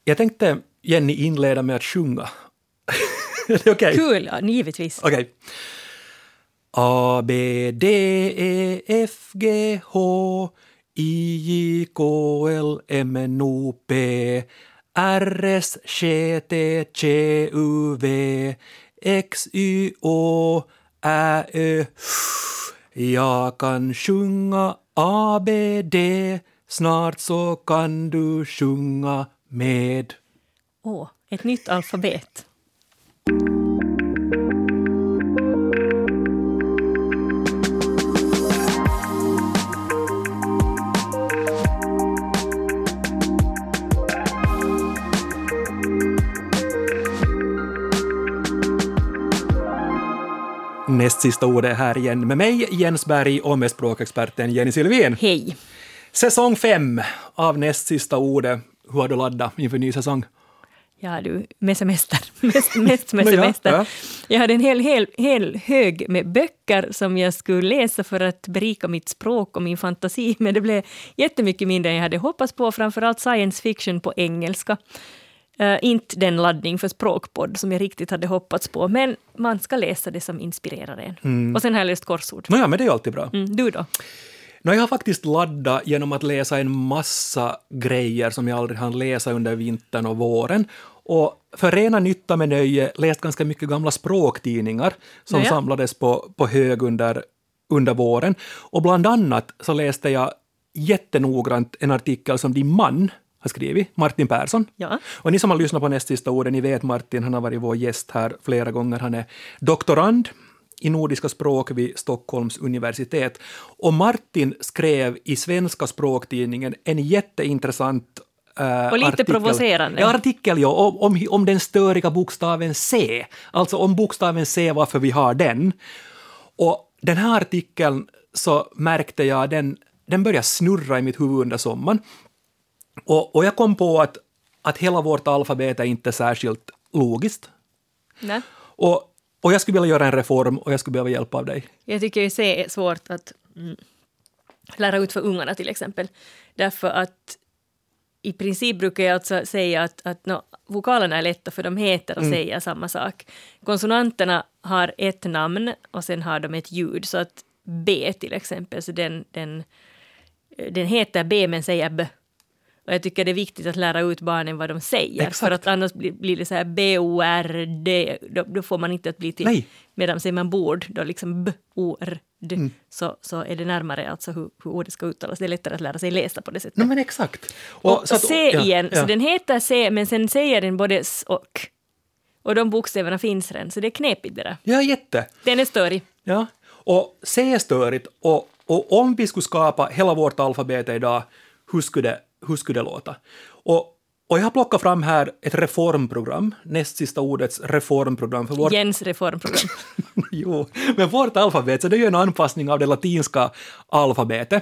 Jag tänkte, Jenny, inleda med att sjunga. Är det okej? Kul, ja, givetvis. Okej. A, B, D, E, F, G, H, I, J, K, L, M, N, O, P, R, S, T, T, Q, U, V, X, Y, Å, Ä, Ö. Jag kan sjunga A, B, D, snart så kan du sjunga med. Ett nytt alfabet. Näst sista ordet här igen med mig, Jens Berg, och med språkexperten Jenny Sylvén. Hej. Säsong 5 av näst sista ordet. Hur har du laddat inför ny säsong? Ja, du, med semester. Mest med semester. Ja. Jag hade en hel hög med böcker som jag skulle läsa för att berika mitt språk och min fantasi, men det blev jättemycket mindre än jag hade hoppats på, framförallt science fiction på engelska. Inte den laddning för språkpodd som jag riktigt hade hoppats på, men man ska läsa det som inspirerar en. Och sen har jag läst korsord. Nåja, men det är ju alltid bra. Du då? Jag har faktiskt laddat genom att läsa en massa grejer som jag aldrig hann läsa under vintern och våren. Och för rena nytta med nöje läst ganska mycket gamla språktidningar som samlades på hög under våren. Och bland annat så läste jag jättenoggrant en artikel som din man har skrivit, Martin Persson. Ja. Och ni som har lyssnat på näst sista orden, ni vet Martin, han har varit vår gäst här flera gånger. Han är doktorand i nordiska språk vid Stockholms universitet. Och Martin skrev i Svenska språktidningen en jätteintressant och lite artikel. provocerande. Ja, artikel om den störiga bokstaven C. Alltså om bokstaven C, varför vi har den. Och den här artikeln så märkte jag, den började snurra i mitt huvud under sommaren. Och jag kom på att hela vårt alfabet är inte särskilt logiskt. Nej. Och jag skulle vilja göra en reform och jag skulle behöva hjälp av dig. Jag tycker ju det är svårt att lära ut för ungarna till exempel. Därför att i princip brukar jag alltså säga att vokalerna är lätta för de heter och säger samma sak. Konsonanterna har ett namn och sen har de ett ljud. Så att B till exempel, så den heter B men säger B. Och jag tycker det är viktigt att lära ut barnen vad de säger. Exakt. För att annars blir det så här B-O-R-D. Då får man inte att bli till. Nej. Medan säger man bord, då liksom B-O-R-D. Så är det närmare alltså hur ordet ska uttalas. Det är lättare att lära sig läsa på det sättet. Nej, men exakt. Och C igen. Så den heter C, men sen säger den både S och. Och de bokstäverna finns redan. Så det är knepigt det där. Ja, jätte. Den är störig. Ja. Och C är störigt. Och om vi skulle skapa hela vårt alfabet idag, hur skulle det låta? Och jag har plockat fram här ett reformprogram, näst sista ordets reformprogram. För vårt... Jens reformprogram. Jo, men vårt alfabet, så det är ju en anpassning av det latinska alfabetet.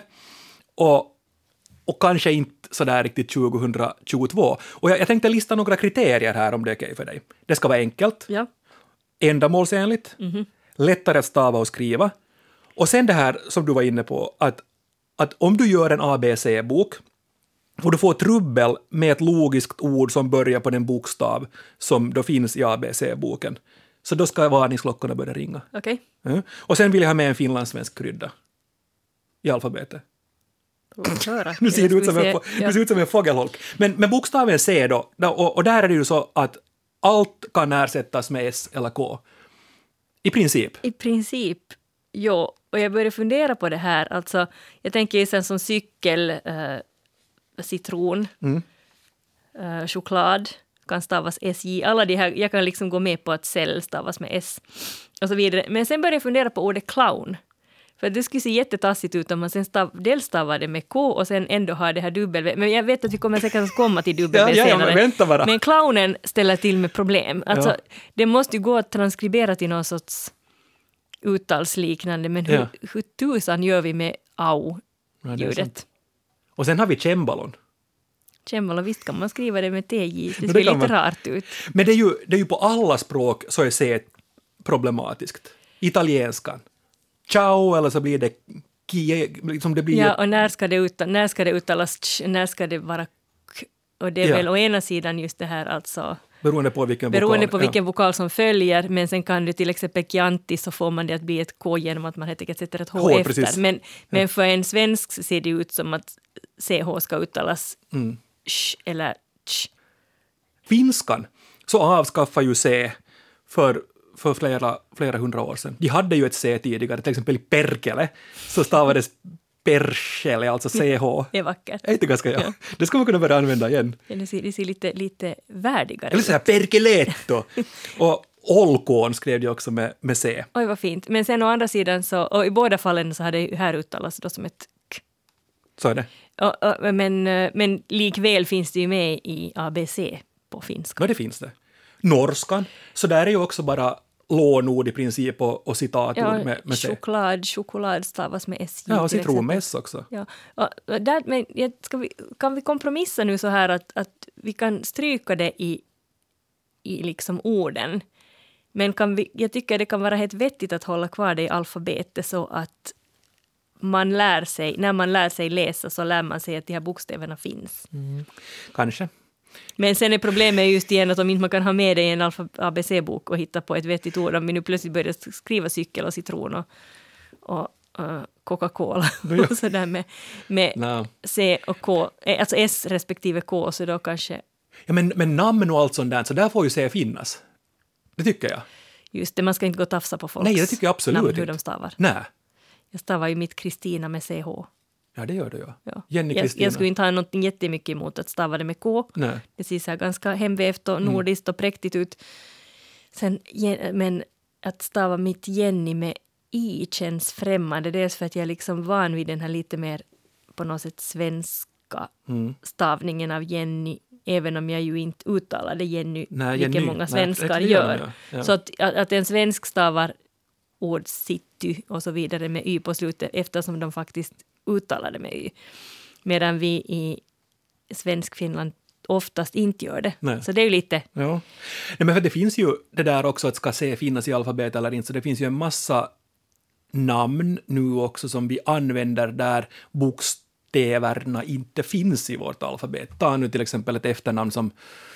Och kanske inte sådär riktigt 2022. Och jag tänkte lista några kriterier här om det är okej för dig. Det ska vara enkelt, Ja. ändamålsenligt, lättare att stava och skriva. Och sen det här som du var inne på, att om du gör en ABC-bok och du får trubbel med ett logiskt ord som börjar på den bokstav som då finns i ABC-boken, så då ska varningsklockorna börja ringa. Okej. Mm. Och sen vill jag ha med en finlandssvensk krydda i alfabetet. Nu ser du ut som en fågelholk. Men bokstaven C då, och där är det ju så att allt kan ersättas med S eller K. I princip. I princip, ja. Och jag började fundera på det här. Alltså, jag tänker ju sen som cykel, citron, choklad kan stavas SJ. Alla de här, jag kan liksom gå med på att cell stavas med S och så vidare. Men sen började jag fundera på ordet clown. För det skulle se jättetassigt ut om man sen dels stavar det med K och sen ändå har det här W. Men jag vet att vi kommer säkert att komma till W senare. Men vänta bara. Men clownen ställer till med problem. Alltså, det måste ju gå att transkribera till någon sorts uttalsliknande. Men hur tusan gör vi med au-ljudet? Och sen har vi cembalon. Cembalo, visst kan man skriva det med TJ. Det ser lite rart ut. Men det är ju på alla språk så är C problematiskt. Italienskan. Ciao, eller så blir det kie, liksom det blir. Ja, och när ska det uttalas, när ska det vara Och det är väl å ena sidan just det här alltså... Beroende på vilken vokal som följer, men sen kan du till exempel Chianti så får man det att bli ett K genom att man helt enkelt sätter ett H efter. Precis. Men för en svensk ser det ut som att CH ska uttalas sh eller ch. Finskan så avskaffar ju C för flera hundra år sedan. De hade ju ett C tidigare, till exempel i Perkele så stavades Perkele, alltså CH. Det är vackert. Är inte ganska, ja. Det ska man kunna börja använda igen. Det ser lite värdigare eller så här Perkeletto. Och Olkoon skrev de också med C. Oj, vad fint. Men sen å andra sidan så, och i båda fallen så hade det här uttalats då som ett K. Så är det. Men likväl finns det ju med i ABC på finska. Ja, det finns det. Norskan, så där är ju också bara lånord i princip och citatord med C. Choklad stavas med SJ. Ja, och citron med S också. Ja. Men kan vi kompromissa nu så här att vi kan stryka det i liksom orden. Men jag tycker det kan vara helt vettigt att hålla kvar det i alfabetet så att när man lär sig läsa så lär man sig att de här bokstäverna finns. Kanske. Men sen är problemet just igen att om inte man kan ha med det i en ABC-bok och hitta på ett vettigt ord, om vi nu plötsligt börjar skriva cykel och citron och Coca-Cola och sådär med C och K, alltså S respektive K, så då kanske... Ja, men namn och allt sånt där, så där får ju C finnas. Det tycker jag. Just det, man ska inte gå och tafsa på folks Nej, det tycker jag absolut namn, hur de stavar. Nej. Jag stavar ju mitt Kristina med CH. Ja, det gör du ja. Jenny Kristina. Jag skulle inte ha något jättemycket emot att stava det med K. Nej. Det ser så här ganska hemvävt och nordiskt och präktigt ut. Men att stava mitt Jenny med I känns främmande. Dels för att jag är liksom van vid den här lite mer på något sätt svenska stavningen av Jenny. Även om jag ju inte uttalade Jenny, vilket många svenskar gör. Ja. Så att en svensk stavar ord city och så vidare med Y på slutet eftersom de faktiskt uttalade med Y. Medan vi i svensk Finland oftast inte gör det. Nej. Så det är ju lite... Ja. Nej, men för det finns ju det där också att ska C finnas i alfabet eller inte. Så det finns ju en massa namn nu också som vi använder där bokstäverna inte finns i vårt alfabet. Ta nu till exempel ett efternamn som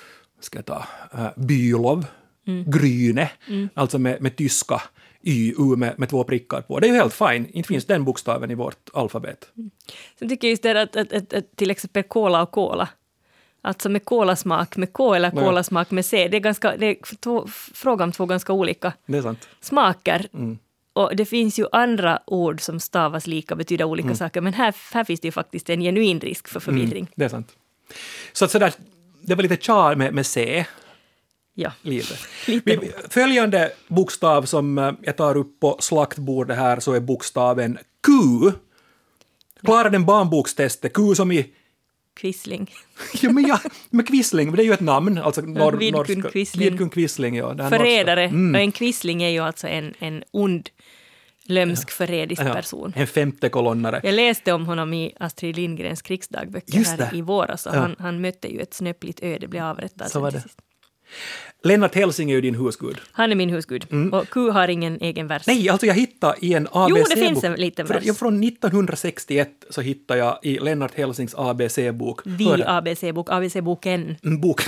Bylov, Gryne, alltså med tyska U med 2 prickar på. Det är ju helt fine. Inte finns den bokstaven i vårt alfabet. Sen tycker jag just det att till exempel cola och cola. Alltså med kolasmak med K eller kolasmak med C. Det är fråga om 2 ganska olika smaker. Och det finns ju andra ord som stavas lika, betyder olika saker. Men här finns det ju faktiskt en genuin risk för förvirring. Det är sant. Så att sådär, det var lite char med C. Ja, lite. Följande bokstav som jag tar upp på slaktbordet här så är bokstaven Q. Klarar den barnbokstestet? Q som i... Quisling. Men Quisling, det är ju ett namn. Alltså Vidkun Quisling. Vidkun Quisling, ja. Förrädare. Och en Quisling är ju alltså en ond, lömsk, förrädisk person. En 5:e kolonnare. Jag läste om honom i Astrid Lindgrens krigsdagböcker här i våras. Han mötte ju ett snöpligt öde, blev avrättad. Så var det. Lennart Hellsing är ju din husgud. Han är min husgud. Och Q har ingen egen vers. Nej, alltså jag hittade i en ABC-bok. Jo, det finns en liten vers. Från 1961 så hittade jag i Lennart Hellsings ABC-bok. ABC-boken. Bok.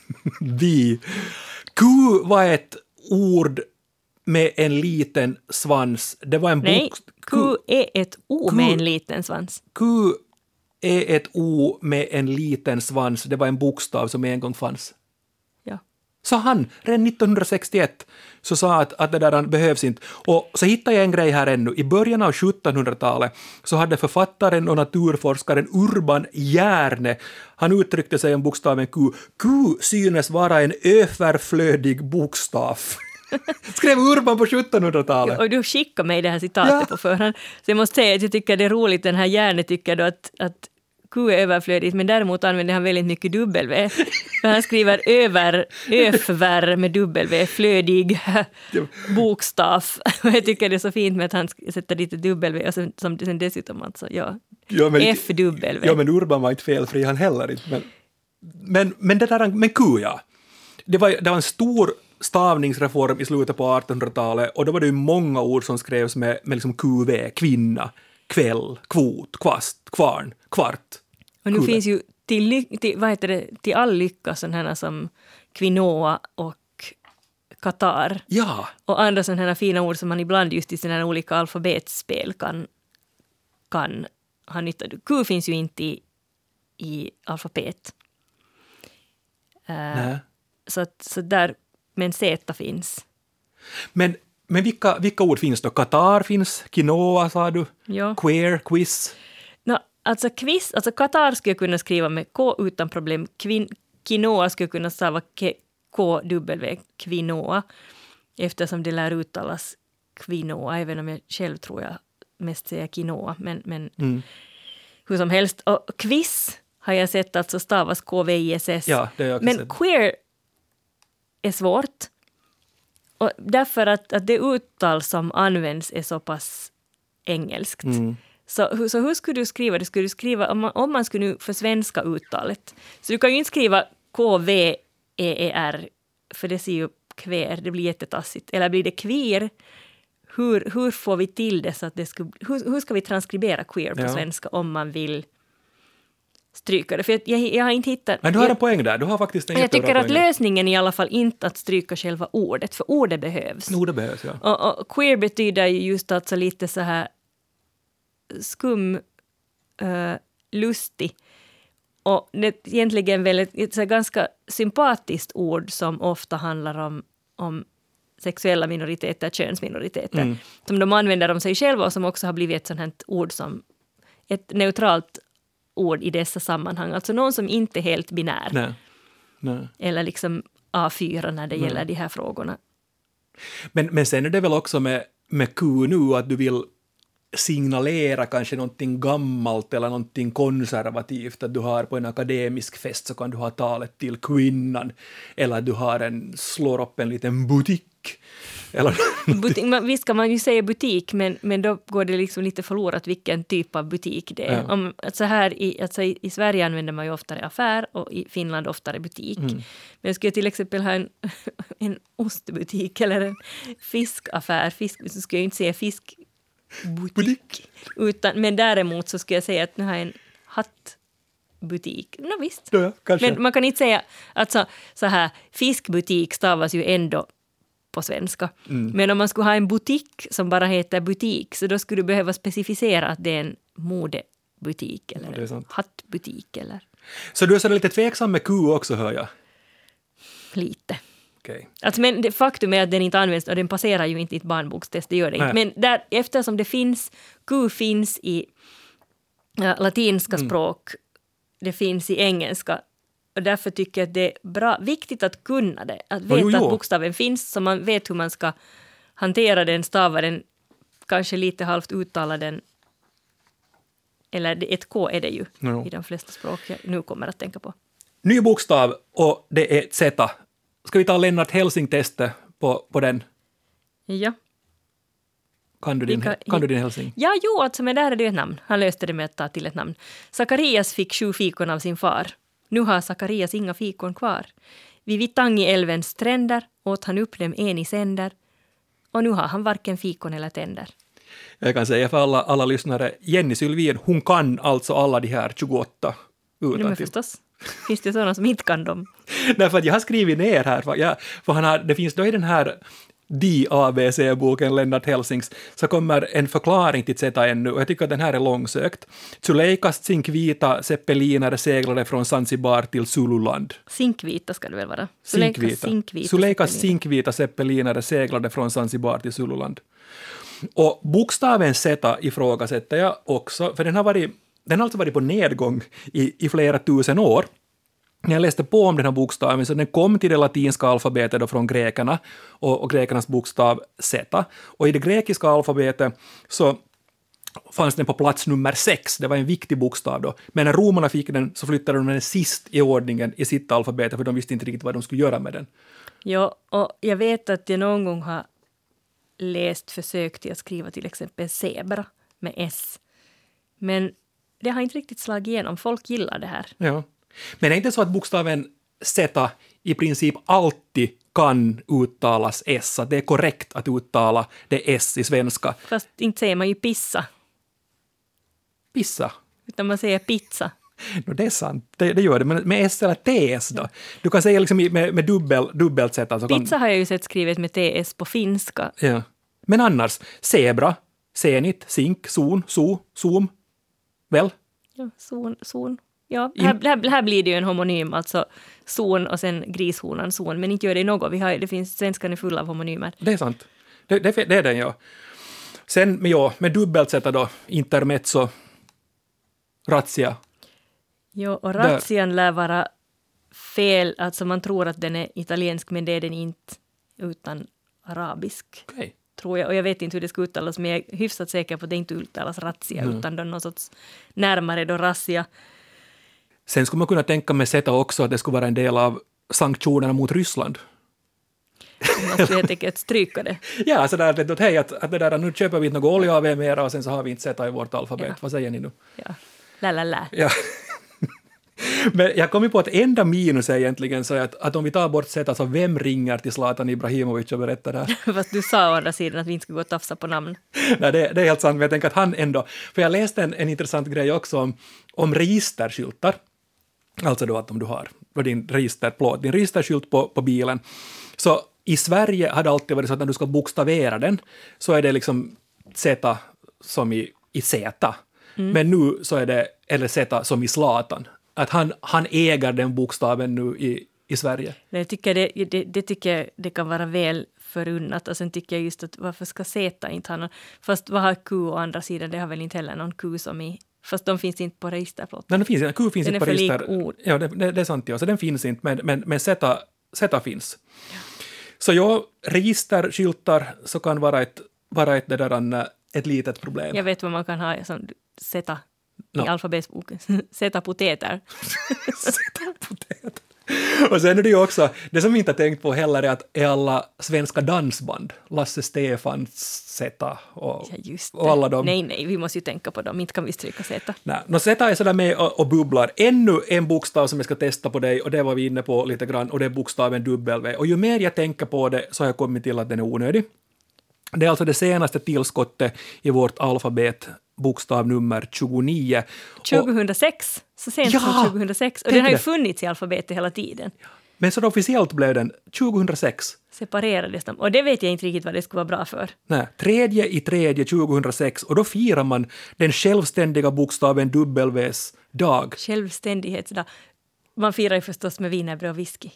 Q var ett ord med en liten svans. Det var en bok. Q är ett O med en liten svans. Q är ett O med en liten svans. Det var en bokstav som en gång fanns. Så han, redan 1961, så sa att det där behövs inte. Och så hittade jag en grej här ännu. I början av 1700-talet så hade författaren och naturforskaren Urban Järne, han uttryckte sig om bokstaven Q. Q synes vara en överflödig bokstav. Skrev Urban på 1700-talet. Och du skickade mig det här citatet på förhand. Så jag måste säga att jag tycker det är roligt, den här Järne tycker då att Q är överflödigt, men däremot använder han väldigt mycket W. Han skriver öfver med W, flödig bokstav. Och jag tycker det är så fint med att han sätter dit W och som dessutom alltså, FW. Ja, men Urban var inte felfri han heller inte. Men det där med Q, ja. Det var en stor stavningsreform i slutet på 1800-talet och då var det ju många ord som skrevs med liksom QV, kvinna, kväll, kvot, kvast, kvarn, kvart. Och nu finns ju till all lycka sådana som quinoa och Qatar. Ja. Och andra sådana här fina ord som man ibland just i sina olika alfabetspel kan ha nytta. Q finns ju inte i alfabet. Så där, men Z finns. Men vilka ord finns då? Qatar finns, quinoa sa du, Ja. queer, quiz. Alltså Qatar skulle jag kunna skriva med K utan problem. Quinoa skulle jag kunna stava KW, quinoa, eftersom det lär uttalas quinoa, även om jag själv tror jag mest säger quinoa. Men hur som helst. Och quiz har jag sett alltså stavas KVISS. Ja, det har jag också men sett. queer är svårt. Och därför att det uttal som används är så pass engelskt. Så hur skulle du skriva det? Skulle du skriva, om man skulle nu försvenska uttalet. Så du kan ju inte skriva KVEER, för det ser ju kver, det blir jättetassigt. Eller blir det queer? Hur får vi till det så att det skulle... Hur ska vi transkribera queer på svenska om man vill stryka det? För jag har inte hittat... Men du har en poäng där, du har faktiskt en jättebra poäng. Jag tycker att poäng. lösningen är i alla fall inte att stryka själva ordet, för ordet behövs. Ordet behövs, ja. Och queer betyder ju just alltså lite så här skum, lustig. Och det är egentligen väl ett ganska sympatiskt ord som ofta handlar om sexuella minoriteter, könsminoriteter. Som de använder om sig själva och som också har blivit ett sånt här ord som ett neutralt ord i dessa sammanhang. Alltså någon som inte är helt binär. Nej. Eller liksom A4 när det gäller de här frågorna. Men sen är det väl också med Q nu att du vill signalera kanske någonting gammalt eller någonting konservativt, att du har på en akademisk fest så kan du ha talet till kvinnan, eller du har slår upp en liten butik. Eller visst kan man ju säga butik, men då går det liksom lite förlorat vilken typ av butik det är. Ja. I Sverige använder man ju oftare affär och i Finland oftare butik. Men skulle jag till exempel ha en ostbutik eller en fiskaffär, så skulle jag inte säga fiskbutik. Men däremot så skulle jag säga att nu har jag en hattbutik. Visst. Ja, kanske. Men man kan inte säga att så här fiskbutik stavas ju ändå på svenska. Men om man skulle ha en butik som bara heter butik, så då skulle du behöva specificera att det är en modebutik eller en hattbutik. Eller. Så du är så lite tveksam med Q också, hör jag? Lite. Okay. Alltså, men det faktum är att den inte används och den passerar ju inte i ett barnbokstest, det gör det inte. Men eftersom det finns, Q finns i latinska språk, det finns i engelska, och därför tycker jag att det är viktigt att kunna det. Att veta att bokstaven finns, så man vet hur man ska hantera den, stava den, kanske lite halvt uttala den. Eller ett K är det ju i de flesta språk jag nu kommer att tänka på. Ny bokstav, och det är Z. Ska vi ta Lennart Helsing-testet på den? Ja. Kan du din hälsning? Ja, alltså, men där är det ett namn. Han löste det med att ta till ett namn. Sakarias fick 7 fikon av sin far. Nu har Sakarias inga fikon kvar. Vid Vittangi-älvens stränder åt han upp dem en i sänder. Och nu har han varken fikon eller tänder. Jag kan säga för alla lyssnare, Jenny Sylvin, hon kan alltså alla de här 28 utantill. Men förstås. Finns det sådana som inte kan dem? Därför att jag har skrivit ner här, för det finns då i den här ABC-boken Lennart Helsings, så kommer en förklaring till Z ännu, och jag tycker att den här är långsökt. Tsuleikas zinkvita zeppelinare seglade från Zanzibar till Zululand. Zinkvita ska det väl vara? Tsuleikas zinkvita zeppelinare seglade från Zanzibar till Zululand. Och bokstaven Z ifrågasätter jag också, för den har alltså varit på nedgång i flera tusen år. När jag läste på om den här bokstaven, så den kom till det latinska alfabetet då från grekerna och grekernas bokstav Z. Och i det grekiska alfabetet så fanns den på plats nummer 6. Det var en viktig bokstav då. Men när romarna fick den så flyttade de den sist i ordningen i sitt alfabet, för de visste inte riktigt vad de skulle göra med den. Ja, och jag vet att jag någon gång har läst försök till att skriva till exempel zebra med S. Men det har inte riktigt slagit igenom. Folk gillar det här. Ja. Men är det inte så att bokstaven Z i princip alltid kan uttalas S, att det är korrekt att uttala det S i svenska? Fast inte säger man ju pissa. Pissa? Utan man säger pizza. No, det är sant, det gör det. Men med S eller TS då? Du kan säga liksom med dubbelt sätt. Alltså Pizza har jag ju sett skrivet med TS på finska. Ja. Men annars, zebra, senit, zink, zon, zoom, väl? Ja, zon. Ja, här blir det ju en homonym, alltså zon och sen grishonan zon. Men inte gör det något. Det finns, svenskan är full av homonymer. Det är sant. Det är den, ja. Sen med dubbelt sätt då, intermezzo, razzia. Ja, och razzian lär vara fel. Alltså man tror att den är italiensk, men det är den inte, utan arabisk. Okay. Tror jag. Och jag vet inte hur det ska uttalas, men jag är hyfsat säker på att det inte uttalas razzia, utan någon sorts närmare då razzia. Sen skulle man kunna tänka med sätta också att det skulle vara en del av sanktionerna mot Ryssland. Man måste helt enkelt stryka det. Ja, så där att hej, att det där, nu köper vi inte något olja av er mera och sen så har vi inte sätta i vårt alfabet. Ja. Vad säger ni nu? Ja, la. Ja. Men jag kom ju på att enda minus är egentligen så att om vi tar bort sätt, alltså vem ringer till Zlatan Ibrahimovic och berättar det här? Fast du sa å andra sidan att vi inte ska gå och tafsa på namn. Nej, det är helt sant, men jag tänker att han ändå, för jag läste en intressant grej också om registerskyltar. Alltså då att om du har din registerskylt på bilen. Så i Sverige har det alltid varit så att när du ska bokstavera den så är det liksom Z som i Z. Men nu så är det eller Z som i Zlatan. Att han äger den bokstaven nu i Sverige. Jag tycker det tycker det kan vara väl förunnat. Och sen tycker jag just att varför ska Z inte ha någon... Fast vad har Q å andra sidan? Det har väl inte heller någon Q som i... Fast de finns inte på registerplåten. Nej, Q finns inte på register. Den är för lik ord. Ja, det är sant. Ja. Så den finns inte, men Z finns. Ja. Så ja, registerskyltar så kan vara ett litet problem. Jag vet vad man kan ha som Z i alfabetsboken. Z-potäter. Z-potäter. Och sen är det ju också, det som vi inte har tänkt på heller är alla svenska dansband. Lasse Stefans Z och alla dem. Nej, vi måste ju tänka på dem. Inte kan vi stryka Z. Nej, Z är sådär med och bubblar. Ännu en bokstav som jag ska testa på dig och det var vi inne på lite grann och det är bokstaven W. Och ju mer jag tänker på det så har jag kommit till att den är onödig. Det är alltså det senaste tillskottet i vårt alfabet, bokstav nummer 29. 2006, så sent som 2006. Och den har ju funnits i alfabetet hela tiden. Ja. Men så officiellt blev den 2006. Separerades de. Och det vet jag inte riktigt vad det skulle vara bra för. Nej, 3/3 2006. Och då firar man den självständiga bokstaven W's dag. Självständighetsdag. Man firar ju förstås med wienerbröd och whisky.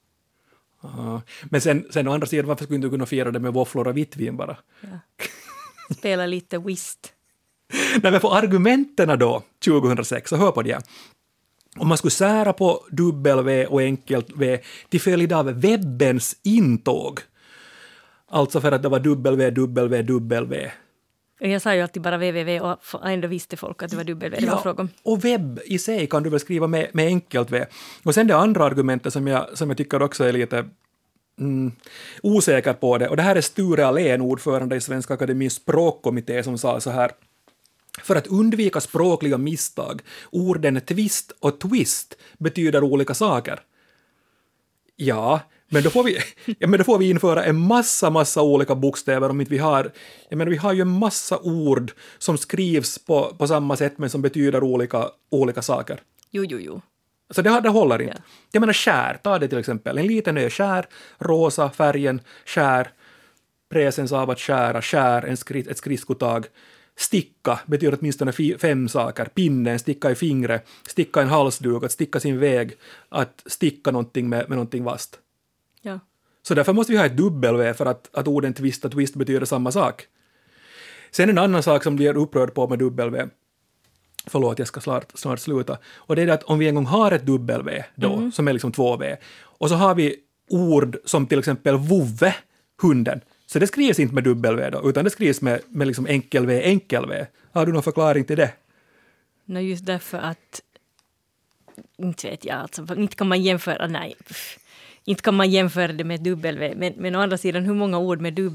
Men sen å andra sidan, varför skulle du kunna fira det med våfflor och vittvin bara? Ja. Spela lite whist. Nej, men för argumenterna då, 2006, så hör på det. Om man skulle sära på W och enkelt V till följd av webbens intåg. Alltså för att det var www. Jag sa ju alltid bara www och ändå visste folk att det var W. Det var frågan. Och webb i sig kan du väl skriva med enkelt V. Och sen det andra argumentet som jag tycker också är lite osäker på det. Och det här är Sture Allén, ordförande i Svenska Akademins språkkommitté, som sa så här: för att undvika språkliga misstag, orden twist och twist betyder olika saker. Ja, men då får vi införa en massa olika bokstäver om inte vi har... Jag menar, vi har ju en massa ord som skrivs på samma sätt men som betyder olika saker. Jo. Så det håller inte. Ja. Jag menar skär, ta det till exempel. En liten ö, skär, rosa, färgen, skär, presens av att skära, skär, ett skridskotag. Sticka betyder åtminstone 5 saker. Pinnen, sticka i fingret, sticka en halsduk, att sticka sin väg, att sticka någonting med någonting vast. Ja. Så därför måste vi ha ett W för att orden twist och twist betyder samma sak. Sen en annan sak som blir upprörd på med W. Förlåt, jag ska snart sluta. Och det är att om vi en gång har ett W då, som är liksom 2V, och så har vi ord som till exempel vovve, hunden. Så det skrivs inte med W då, utan det skrivs med liksom enkel V. Har du någon förklaring till det? No, just därför att inte vet jag, alltså, inte kan man jämföra, inte kan man jämföra det med W, men å andra sidan hur många ord med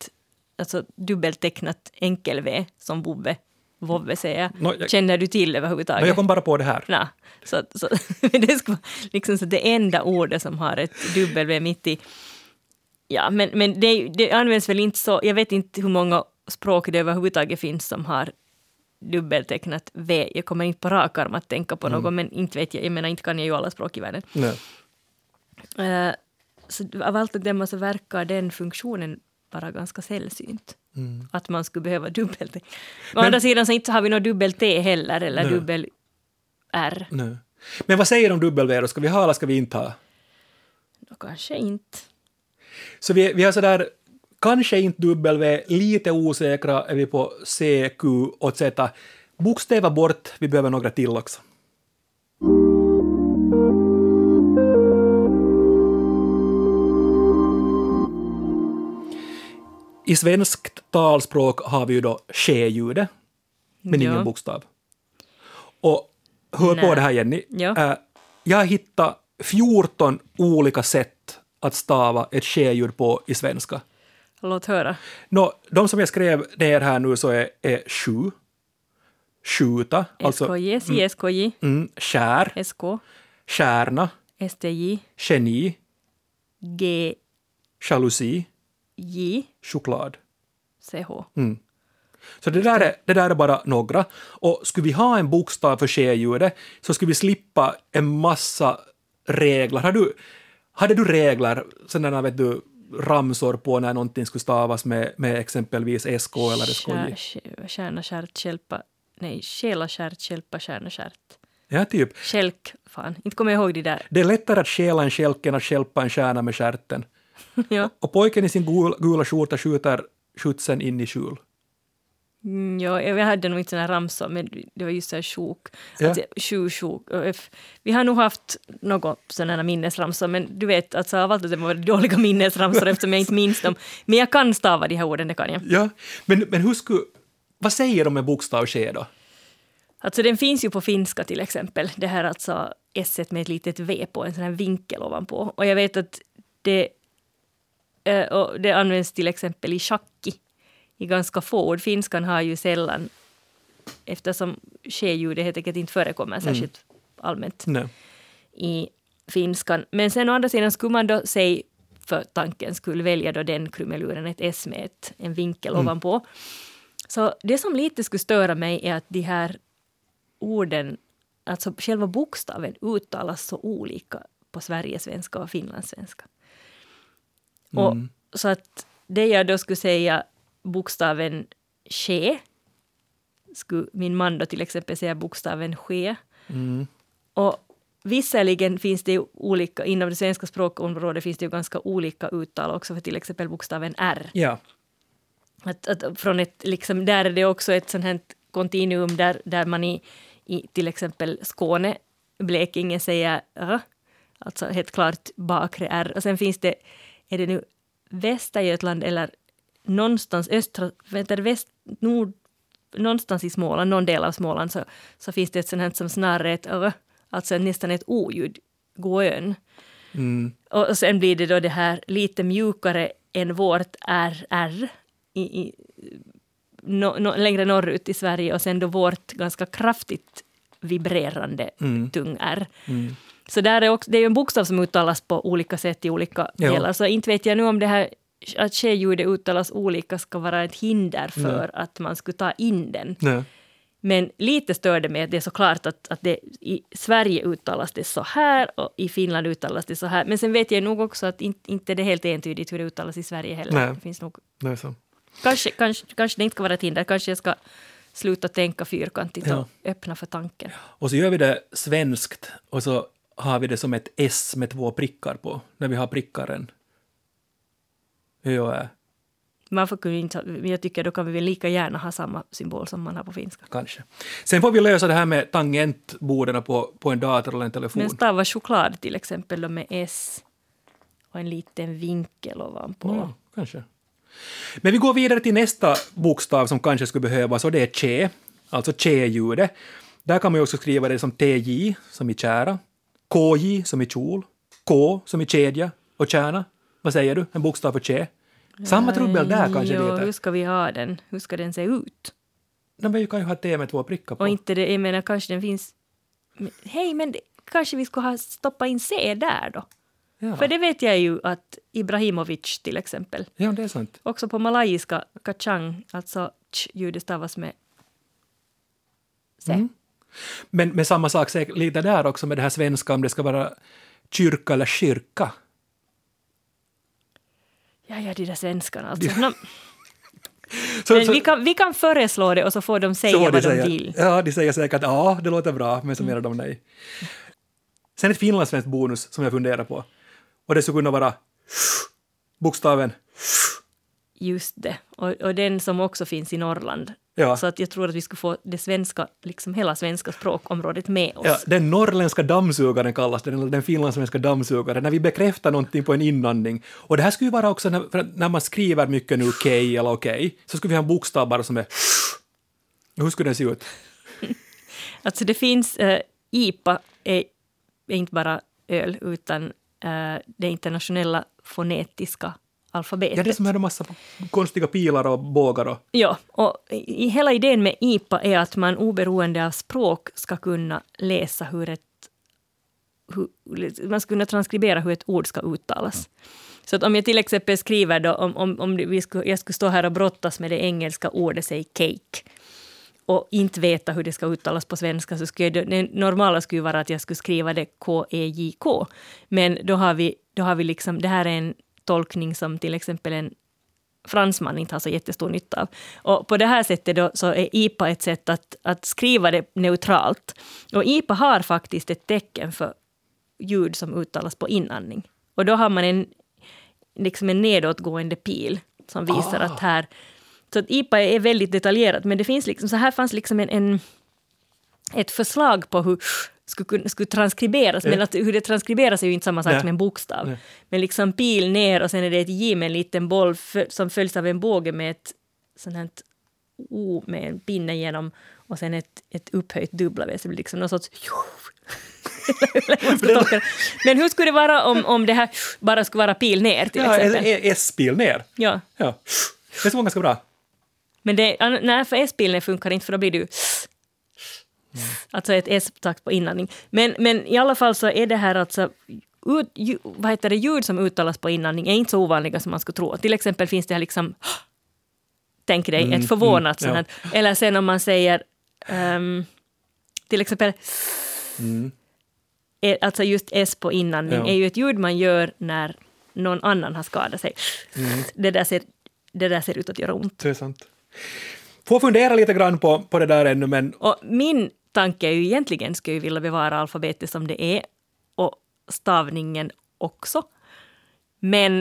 dubbeltecknat enkel V som vovve säger jag. Känner du till överhuvudtaget? Jag kom bara på det här. Nej, så det ska vara liksom så det enda ordet som har ett W mitt i. Ja, men det används väl inte så, jag vet inte hur många språk det överhuvudtaget finns som har dubbeltecknat V. Jag kommer inte på rak arm att tänka på något, men inte vet jag menar inte kan jag ju alla språk i världen. Så av allt att döma så verkar den funktionen vara ganska sällsynt. Att man skulle behöva dubbel-T. Å andra sidan så inte har vi något dubbel-T heller, eller dubbel-R. Men vad säger de dubbel-V då? Ska vi ha eller ska vi inte ha? Då kanske inte. Så vi har sådär, kanske inte dubbel-V, lite osäkra är vi på C, Q och Z. Bokstäver bort, vi behöver några till också. I svenskt talspråk har vi ju då ske-ljudet, men ingen bokstav. Och hör på det här, Jenny. Ja. Jag har hittat 14 olika sätt att stava ett ske-ljud på i svenska. Låt höra. De som jag skrev ner här nu så är sju, skjuta, alltså SKJ, skär, SK, skärna, STJ, geni, G, jalusi, J, choklad. CH. Så det där är bara några. Och skulle vi ha en bokstav för ske-ljudet så skulle vi slippa en massa regler. Hade du regler, sådana vet du, ramsor på när någonting skulle stavas med exempelvis SK eller SKJ? Kärna, kärt, kälpa. Nej, själa, kärt, kälpa, kärna, kärt. Ja, typ. Kälk, fan. Inte kommer jag ihåg det där. Det är lättare att stjäla en kälk än att stjälpa en kärna med skärten. Ja. Och pojken i sin gula skjorta skjuter skjutsen in i skjul. Ja, jag hade nog inte sån här ramsor, men det var just så här sjok. Ja. Sjok. Vi har nog haft något sådana minnesramsor, men du vet, alltså, av allt det var dåliga minnesramsor eftersom jag inte minns dem. Men jag kan stava de här orden, det kan jag. Ja, men vad säger de med bokstav ske då? Alltså den finns ju på finska till exempel. Det här alltså S med ett litet V på, en sån här vinkel ovanpå. Och jag vet att det används till exempel i schacki. I ganska få ord. Finskan har ju sällan, eftersom ske-ljudet helt enkelt inte förekommer särskilt allmänt i finskan. Men sen å andra sidan skulle man då säga, för tanken skulle välja då den krumeluren, ett S med en vinkel ovanpå. Så det som lite skulle störa mig är att de här orden, alltså själva bokstaven uttalas så olika på sverigesvenska och finlandssvenska. Och så att det jag då skulle säga bokstaven ske, skulle min man då till exempel säga bokstaven ske. Och visserligen finns det ju olika, inom det svenska språkområdet finns det ju ganska olika uttal också för till exempel bokstaven R. Ja. Att från ett, liksom, där är det också ett sånt här kontinuum där man i till exempel Skåne, Blekinge säger alltså helt klart bakre R. Och sen finns det, är det nu Västergötland eller någonstans någonstans i Småland, någon del av Småland så finns det ett sånt här som snarare ett alltså nästan ett oljud, gåön. Och sen blir det då det här lite mjukare än vårt RR längre norrut i Sverige och sen då vårt ganska kraftigt vibrerande tung R. Så där är också, det är ju en bokstav som uttalas på olika sätt i olika delar. Så inte vet jag nu om det här att ske-ljudet uttalas olika ska vara ett hinder för att man skulle ta in den. Men lite stör det med att det är så klart att det i Sverige uttalas det så här och i Finland uttalas det så här. Men sen vet jag nog också att inte det är helt entydigt hur det uttalas i Sverige heller. Det finns nog... Så. Kanske det inte ska vara ett hinder. Kanske jag ska sluta tänka fyrkantigt och öppna för tanken. Och så gör vi det svenskt och så har vi det som ett S med 2 prickar på. När vi har prickaren. Man får inte, jag tycker då kan vi väl lika gärna ha samma symbol som man har på finska. Kanske. Sen får vi lösa det här med tangentborden på en dator eller en telefon. Men stava choklad till exempel då med S och en liten vinkel ovanpå. Ja, kanske. Men vi går vidare till nästa bokstav som kanske skulle behövas och det är che, alltså che-ljudet. Där kan man ju också skriva det som TJ som i kära, KJ som i kjol, K som i kedja och kärna. Vad säger du? En bokstav för che? Samma trubbel där kanske det heter. Hur ska vi ha den? Hur ska den se ut? Vi kan ju ha T med 2 prickar på. Och inte det, jag menar kanske den finns... Hej, men kanske vi skulle ha stoppat in C där då? Ja. För det vet jag ju att Ibrahimovic till exempel. Ja, det är sant. Också på malayiska kachang, alltså ljudet stavas med se. Men samma sak säkert lite där också med det här svenska, om det ska vara kyrka eller kyrka. Ja, de där svenskarna alltså. Men vi kan föreslå det och så får de säga vad de vill. Ja, de säger säkert att ja, det låter bra, men så menar de nej. Sen ett finlandssvenskt bonus som jag funderar på. Och det skulle kunna vara bokstaven. Just det. Och den som också finns i Norrland. Ja. Så att jag tror att vi skulle få det svenska, liksom hela svenska språkområdet med oss. Ja, den norrländska dammsugaren kallas den finlandssvenska dammsugaren, när vi bekräftar någonting på en inandning. Och det här skulle ju vara också när man skriver mycket nu okej eller okej, så skulle vi ha en bokstav bara som är. Hur skulle den se ut? Alltså det finns, IPA är inte bara öl, utan det internationella fonetiska alfabetet. Ja, det som är en massa konstiga pilar och bågar. Ja, och hela idén med IPA är att man oberoende av språk ska kunna läsa man ska kunna transkribera hur ett ord ska uttalas. Så att om jag till exempel skriver då, om jag skulle stå här och brottas med det engelska ordet, säg cake, och inte veta hur det ska uttalas på svenska, så skulle det normala skulle vara att jag skulle skriva det K-E-J-K. Men då har vi liksom, det här är en tolkning som till exempel en fransman inte har så jättestor nytta av. Och på det här sättet då, så är IPA ett sätt att skriva det neutralt. Och IPA har faktiskt ett tecken för ljud som uttalas på inandning. Och då har man en nedåtgående pil som visar att här. Så att IPA är väldigt detaljerat, men det finns liksom, så här fanns liksom ett förslag på hur skulle transkriberas, men att hur det transkriberas är ju inte samma sak som en bokstav. Nej. Men liksom pil ner och sen är det ett J med en liten boll som följs av en båge med ett sånt här O med en pinne genom och sen ett upphöjt W, så det blir liksom någon sorts men hur skulle det vara om det här bara skulle vara pil ner till exempel? S-pil ner. Ja. Det var ganska bra. Men för S-pil ner funkar inte, för då blir det ju alltså ett S-takt på inandning. Men i alla fall så är det här alltså ljud som uttalas på inandning är inte så ovanliga som man skulle tro. Till exempel finns det här liksom tänk dig, ett förvånat sånt här. Eller sen om man säger till exempel alltså just S på inandning är ju ett ljud man gör när någon annan har skadat sig. Det där ser ut att göra ont. Det är sant. Får fundera lite grann på det där ännu, men. Och min tanke är ju egentligen skulle jag vilja bevara alfabetet som det är och stavningen också. Men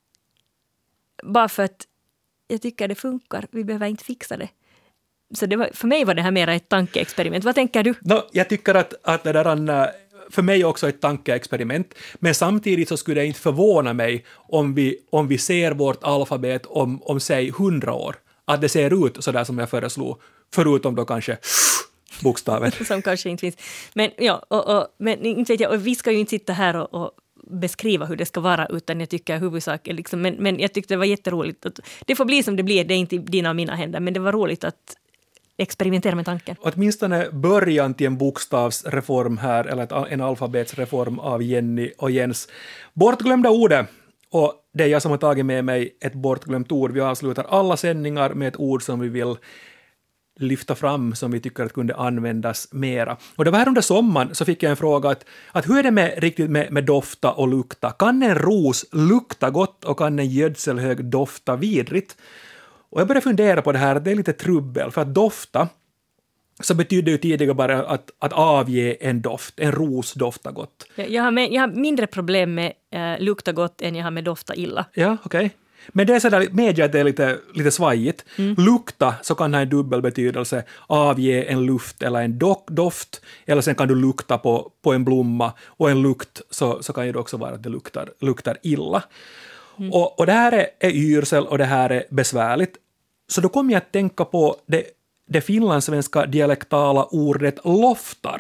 bara för att jag tycker det funkar, vi behöver inte fixa det. Så för mig var det här mera ett tankeexperiment. Vad tänker du? Jag tycker att det där för mig också ett tankeexperiment, men samtidigt så skulle det inte förvåna mig om vi ser vårt alfabet om säg 100 år. Att det ser ut så där som jag föreslog, förutom då kanske bokstaven. Som kanske inte finns. Men men inte vet jag, och vi ska ju inte sitta här och beskriva hur det ska vara, utan jag tycker huvudsaken liksom, men jag tyckte det var jätteroligt att det får bli som det blir, det är inte dina och mina händer, men det var roligt att experimentera med tanken. Åtminstone början till en bokstavsreform här, eller en alfabetsreform av Jenny och Jens. Bortglömda ordet. Och det är jag som har tagit med mig ett bortglömt ord. Vi avslutar alla sändningar med ett ord som vi vill lyfta fram, som vi tycker att kunde användas mera. Och det var här under sommaren så fick jag en fråga att hur är det riktigt med dofta och lukta? Kan en ros lukta gott och kan en gödselhög dofta vidrigt? Och jag började fundera på det här, det är lite trubbel, för att dofta så betyder ju tidigare bara att avge en doft, en ros doftar gott. Jag har mindre problem med lukta gott än jag har med dofta illa. Ja, okej. Men det är sådär, medger att det är lite svajigt. Lukta så kan ha en dubbel betydelse, avge en luft eller en doft, eller sen kan du lukta på en blomma, och en lukt så kan ju det också vara att det luktar illa. Och det här är yrsel och det här är besvärligt. Så då kommer jag att tänka på det finlandssvenska dialektala ordet loftar.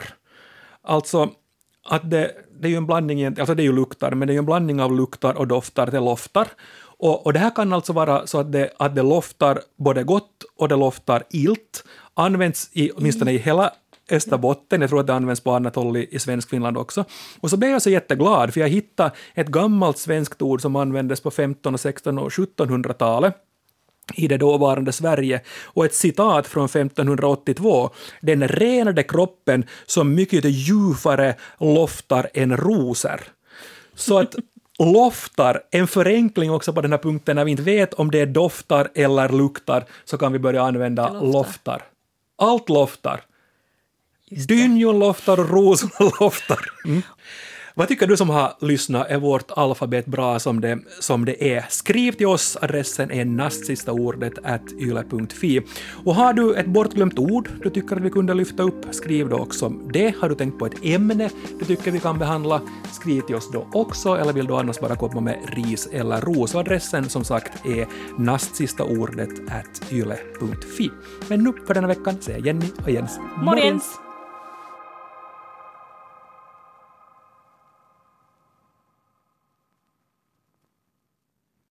Alltså att det är ju en blandning, alltså det är ju luktar, men det är ju en blandning av luktar och doftar till loftar. Och det här kan alltså vara så att det loftar både gott och det loftar ilt. Används åtminstone i hela Österbotten. Jag tror att det används på annat håll i svensk Finland också. Och så blev jag så jätteglad, för jag hittade ett gammalt svenskt ord som användes på 1500-, 1600- och 1700-talet. i det dåvarande Sverige. Och ett citat från 1582. Den renade kroppen som mycket djupare loftar än rosor. Så att loftar, en förenkling också på den här punkten, när vi inte vet om det doftar eller luktar, så kan vi börja använda loftar. Allt loftar. Dynjon loftar och rosorna loftar. Vad tycker du som har lyssnat? Är vårt alfabet bra som det är? Skriv till oss, adressen är nastsistaordet@yle.fi. Och har du ett bortglömt ord du tycker att vi kunde lyfta upp, skriv då också det. Har du tänkt på ett ämne du tycker vi kan behandla, skriv till oss då också, eller vill du annars bara komma med ris eller ros. Adressen som sagt är nastsistaordet@yle.fi. Men nu för denna veckan säger Jenny och Jens Morgens!